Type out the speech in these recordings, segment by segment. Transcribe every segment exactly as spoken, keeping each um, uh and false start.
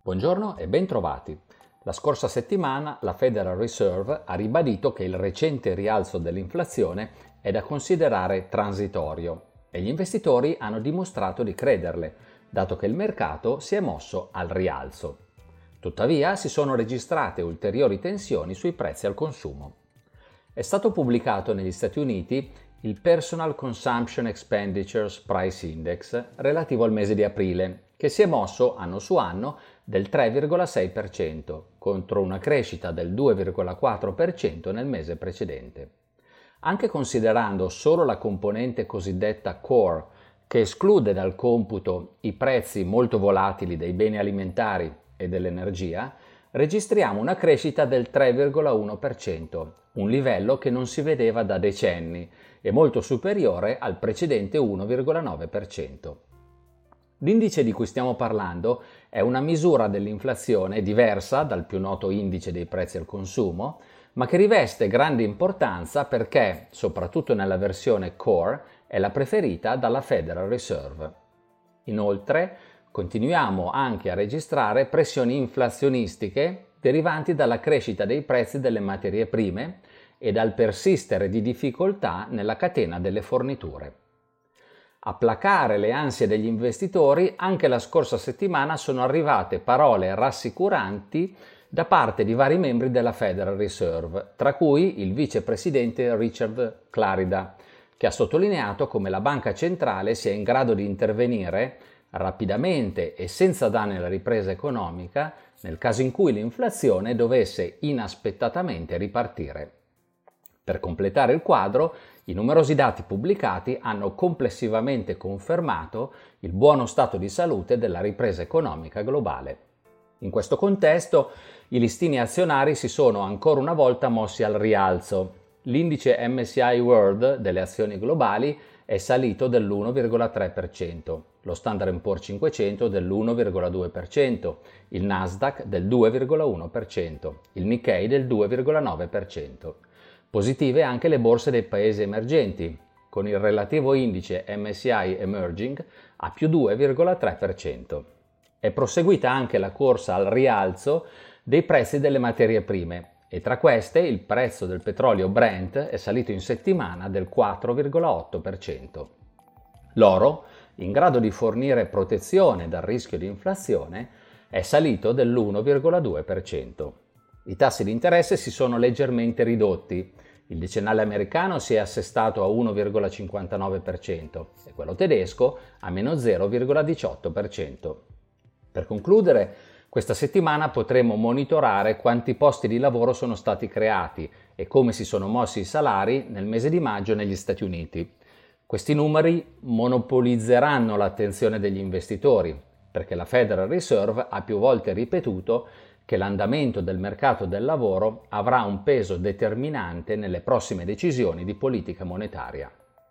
Buongiorno e ben trovati. La scorsa settimana la Federal Reserve ha ribadito che il recente rialzo dell'inflazione è da considerare transitorio e gli investitori hanno dimostrato di crederle, dato che il mercato si è mosso al rialzo. Tuttavia si sono registrate ulteriori tensioni sui prezzi al consumo. È stato pubblicato negli Stati Uniti il Personal Consumption Expenditures Price Index relativo al mese di aprile, che si è mosso anno su anno del tre virgola sei per cento contro una crescita del due virgola quattro per cento nel mese precedente. Anche considerando solo la componente cosiddetta core, che esclude dal computo i prezzi molto volatili dei beni alimentari e dell'energia, registriamo una crescita del tre virgola uno per cento, un livello che non si vedeva da decenni e molto superiore al precedente uno virgola nove per cento. L'indice di cui stiamo parlando è una misura dell'inflazione diversa dal più noto indice dei prezzi al consumo, ma che riveste grande importanza perché, soprattutto nella versione core, è la preferita dalla Federal Reserve. Inoltre, continuiamo anche a registrare pressioni inflazionistiche derivanti dalla crescita dei prezzi delle materie prime e dal persistere di difficoltà nella catena delle forniture. A placare le ansie degli investitori, anche la scorsa settimana sono arrivate parole rassicuranti da parte di vari membri della Federal Reserve, tra cui il vicepresidente Richard Clarida, che ha sottolineato come la banca centrale sia in grado di intervenire rapidamente e senza danni alla ripresa economica nel caso in cui l'inflazione dovesse inaspettatamente ripartire. Per completare il quadro, i numerosi dati pubblicati hanno complessivamente confermato il buono stato di salute della ripresa economica globale. In questo contesto, i listini azionari si sono ancora una volta mossi al rialzo. L'indice M S C I World delle azioni globali è salito dell'uno virgola tre per cento, lo Standard and Poor's cinquecento dell'uno virgola due per cento, il Nasdaq del due virgola uno per cento, il Nikkei del due virgola nove per cento. Positive anche le borse dei paesi emergenti, con il relativo indice M S C I Emerging a più due virgola tre per cento. È proseguita anche la corsa al rialzo dei prezzi delle materie prime e tra queste il prezzo del petrolio Brent è salito in settimana del quattro virgola otto per cento. L'oro, in grado di fornire protezione dal rischio di inflazione, è salito dell'uno virgola due per cento. I tassi di interesse si sono leggermente ridotti. Il decennale americano si è assestato a uno virgola cinquantanove per cento e quello tedesco a meno zero virgola diciotto per cento. Per concludere, questa settimana potremo monitorare quanti posti di lavoro sono stati creati e come si sono mossi i salari nel mese di maggio negli Stati Uniti. Questi numeri monopolizzeranno l'attenzione degli investitori, perché la Federal Reserve ha più volte ripetuto che l'andamento del mercato del lavoro avrà un peso determinante nelle prossime decisioni di politica monetaria.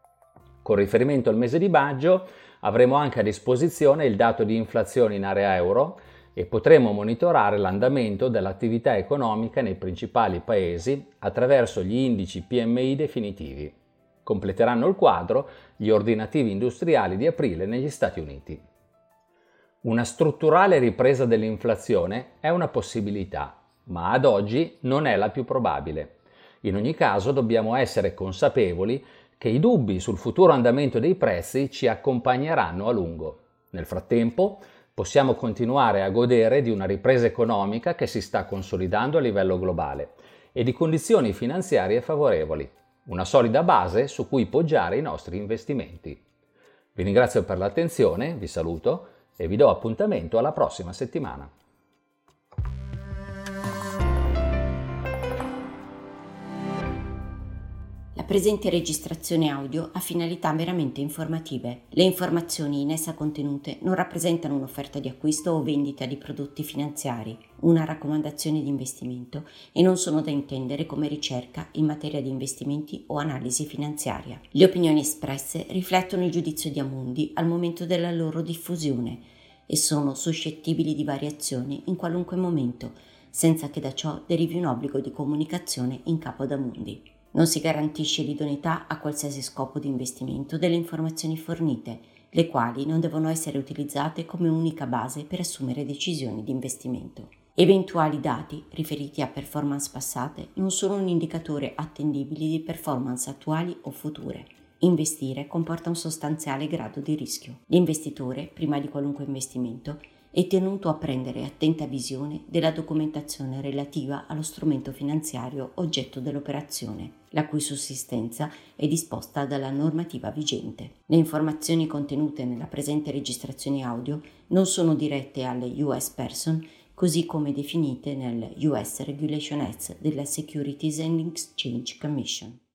Con riferimento al mese di maggio avremo anche a disposizione il dato di inflazione in area euro e potremo monitorare l'andamento dell'attività economica nei principali paesi attraverso gli indici P M I definitivi. Completeranno il quadro gli ordinativi industriali di aprile negli Stati Uniti. Una strutturale ripresa dell'inflazione è una possibilità, ma ad oggi non è la più probabile. In ogni caso dobbiamo essere consapevoli che i dubbi sul futuro andamento dei prezzi ci accompagneranno a lungo. Nel frattempo possiamo continuare a godere di una ripresa economica che si sta consolidando a livello globale e di condizioni finanziarie favorevoli, una solida base su cui poggiare i nostri investimenti. Vi ringrazio per l'attenzione, vi saluto e vi do appuntamento alla prossima settimana. La presente registrazione audio ha finalità meramente informative. Le informazioni in essa contenute non rappresentano un'offerta di acquisto o vendita di prodotti finanziari, una raccomandazione di investimento e non sono da intendere come ricerca in materia di investimenti o analisi finanziaria. Le opinioni espresse riflettono il giudizio di Amundi al momento della loro diffusione e sono suscettibili di variazioni in qualunque momento, senza che da ciò derivi un obbligo di comunicazione in capo ad Amundi. Non si garantisce l'idoneità a qualsiasi scopo di investimento delle informazioni fornite le quali non devono essere utilizzate come unica base per assumere decisioni di investimento. Eventuali dati riferiti a performance passate non sono un indicatore attendibile di performance attuali o future. Investire comporta un sostanziale grado di rischio. L'investitore, prima di qualunque investimento, è tenuto a prendere attenta visione della documentazione relativa allo strumento finanziario oggetto dell'operazione, la cui sussistenza è disposta dalla normativa vigente. Le informazioni contenute nella presente registrazione audio non sono dirette alle U S Person, così come definite nel U S Regulation Act della Securities and Exchange Commission.